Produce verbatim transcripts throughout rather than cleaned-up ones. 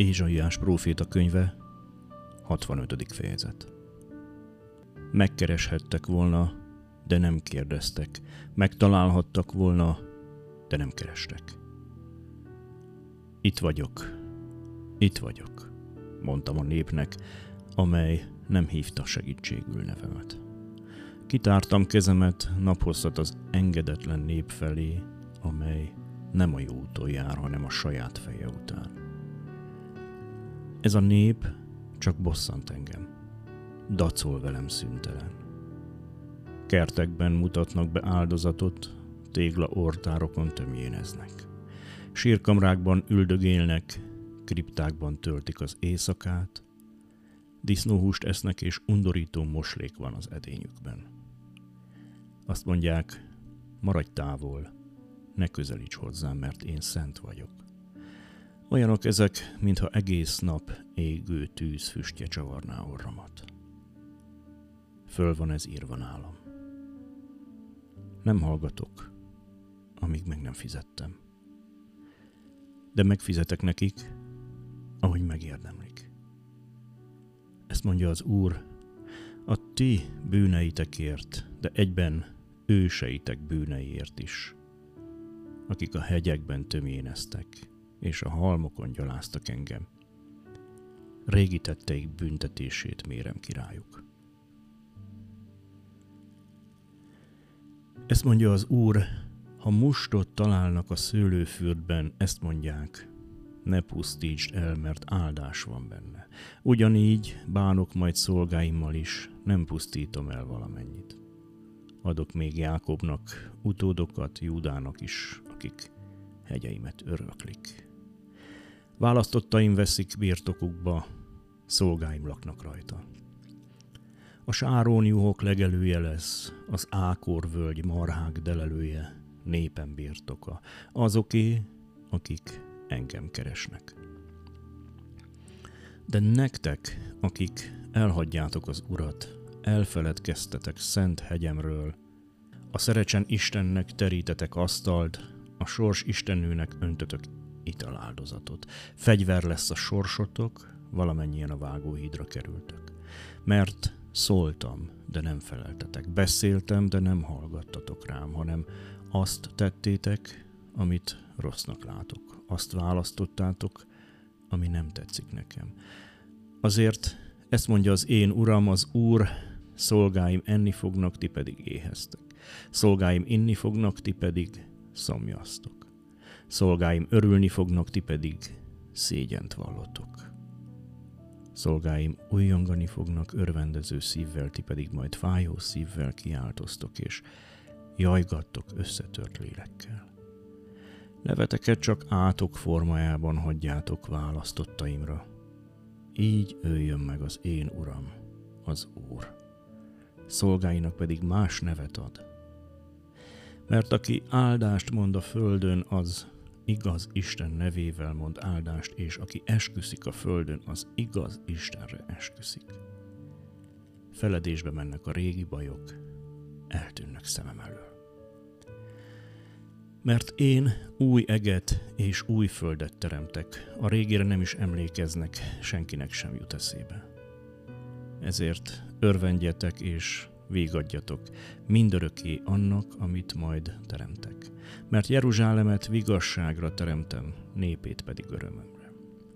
Ézsaiás próféta könyve, hatvanötödik fejezet. Megkereshettek volna, de nem kérdeztek. Megtalálhattak volna, de nem kerestek. Itt vagyok, itt vagyok, mondtam a népnek, amely nem hívta segítségül nevemet. Kitártam kezemet naphosszat az engedetlen nép felé, amely nem a jó úton jár, hanem a saját feje után. Ez a nép csak bosszant engem, dacol velem szüntelen. Kertekben mutatnak be áldozatot, tégla ortárokon tömjéneznek. Sírkamrákban üldögélnek, kriptákban töltik az éjszakát, disznóhúst esznek és undorító moslék van az edényükben. Azt mondják, maradj távol, ne közelíts hozzám, mert én szent vagyok. Olyanok ezek, mintha egész nap égő tűz füstje csavarná orramat. Föl van ez írva nálam. Nem hallgatok, amíg meg nem fizettem. De megfizetek nekik, ahogy megérdemlik. Ezt mondja az Úr, a ti bűneitekért, de egyben őseitek bűneiért is, akik a hegyekben tömjéneztek, és a halmokon gyaláztak engem. Régi tetteik büntetését mérem ki rájuk. Ezt mondja az Úr, ha mustot találnak a szőlőfürdben, ezt mondják, ne pusztítsd el, mert áldás van benne. Ugyanígy bánok majd szolgáimmal is, nem pusztítom el valamennyit. Adok még Jákobnak utódokat, Júdának is, akik hegyeimet öröklik. Választottaim veszik birtokukba, szolgáim laknak rajta. A Sáron juhok legelője lesz, az Ákor völgy marhák delelője, népem birtoka, azoké, akik engem keresnek. De nektek, akik elhagyjátok az Urat, elfeledkeztetek szent hegyemről, a szerecsen Istennek terítetek asztalt, a sors Istennőnek öntötök italáldozatot. Fegyver lesz a sorsotok, valamennyien a vágóhídra kerültök. Mert szóltam, de nem feleltetek. Beszéltem, de nem hallgattatok rám, hanem azt tettétek, amit rossznak látok. Azt választottátok, ami nem tetszik nekem. Azért ezt mondja az én Uram, az Úr, szolgáim enni fognak, ti pedig éheztek. Szolgáim inni fognak, ti pedig szomjaztok. Szolgáim örülni fognak, ti pedig szégyent vallotok. Szolgáim újjongani fognak örvendező szívvel, ti pedig majd fájó szívvel kiáltoztok, és jajgattok összetört lélekkel. Neveteket csak átok formájában hagyjátok választottaimra. Így öljön meg az én Uram, az Úr. Szolgáinak pedig más nevet ad. Mert aki áldást mond a földön, az igaz Isten nevével mond áldást, és aki esküszik a földön, az igaz Istenre esküszik. Feledésbe mennek a régi bajok, eltűnnek szemem elől. Mert én új eget és új földet teremtek, a régire nem is emlékeznek, senkinek sem jut eszébe. Ezért örvendjetek és végadjatok mindörökké annak, amit majd teremtek. Mert Jeruzsálemet vigasságra teremtem, népét pedig örömömre.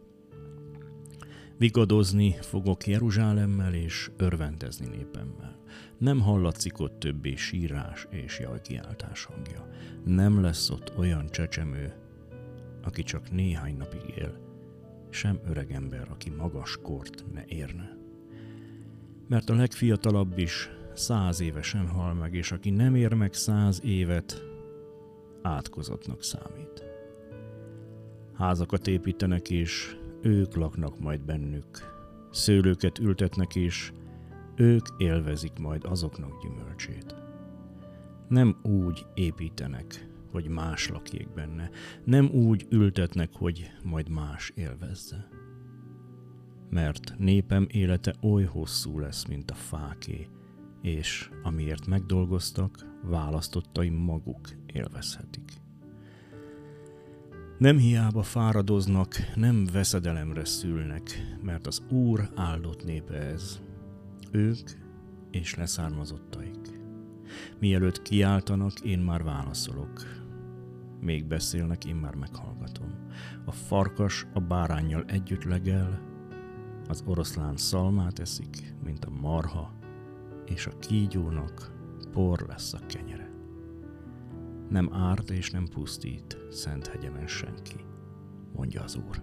Vigadozni fogok Jeruzsálemmel és örvendezni népemmel. Nem hallatszik ott többé sírás és jajkiáltás hangja. Nem lesz ott olyan csecsemő, aki csak néhány napig él, sem öreg ember, aki magas kort ne érne. Mert a legfiatalabb is száz évesen hal meg, és aki nem ér meg száz évet, átkozottnak számít. Házakat építenek, és ők laknak majd bennük. Szőlőket ültetnek, és ők élvezik majd azoknak gyümölcsét. Nem úgy építenek, hogy más lakjék benne. Nem úgy ültetnek, hogy majd más élvezze. Mert népem élete oly hosszú lesz, mint a fáké, és amiért megdolgoztak, választottaim maguk élvezhetik. Nem hiába fáradoznak, nem veszedelemre szülnek, mert az Úr áldott népe ez. Ők és leszármazottaik. Mielőtt kiáltanak, én már válaszolok. Még beszélnek, én már meghallgatom. A farkas a báránnyal együtt legel, az oroszlán szalmát eszik, mint a marha, és a kígyónak por lesz a kenyere. Nem árt és nem pusztít szent hegyemen senki, mondja az Úr.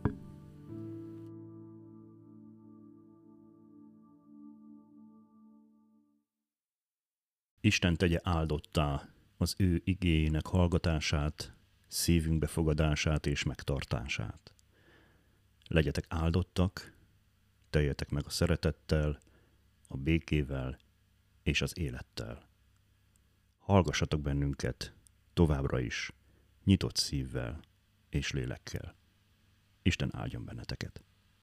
Isten tegye áldottá az ő igéjének hallgatását, szívünk befogadását és megtartását. Legyetek áldottak, teljetek meg a szeretettel, a békével és az élettel. Hallgassatok bennünket továbbra is, nyitott szívvel és lélekkel. Isten áldjon benneteket!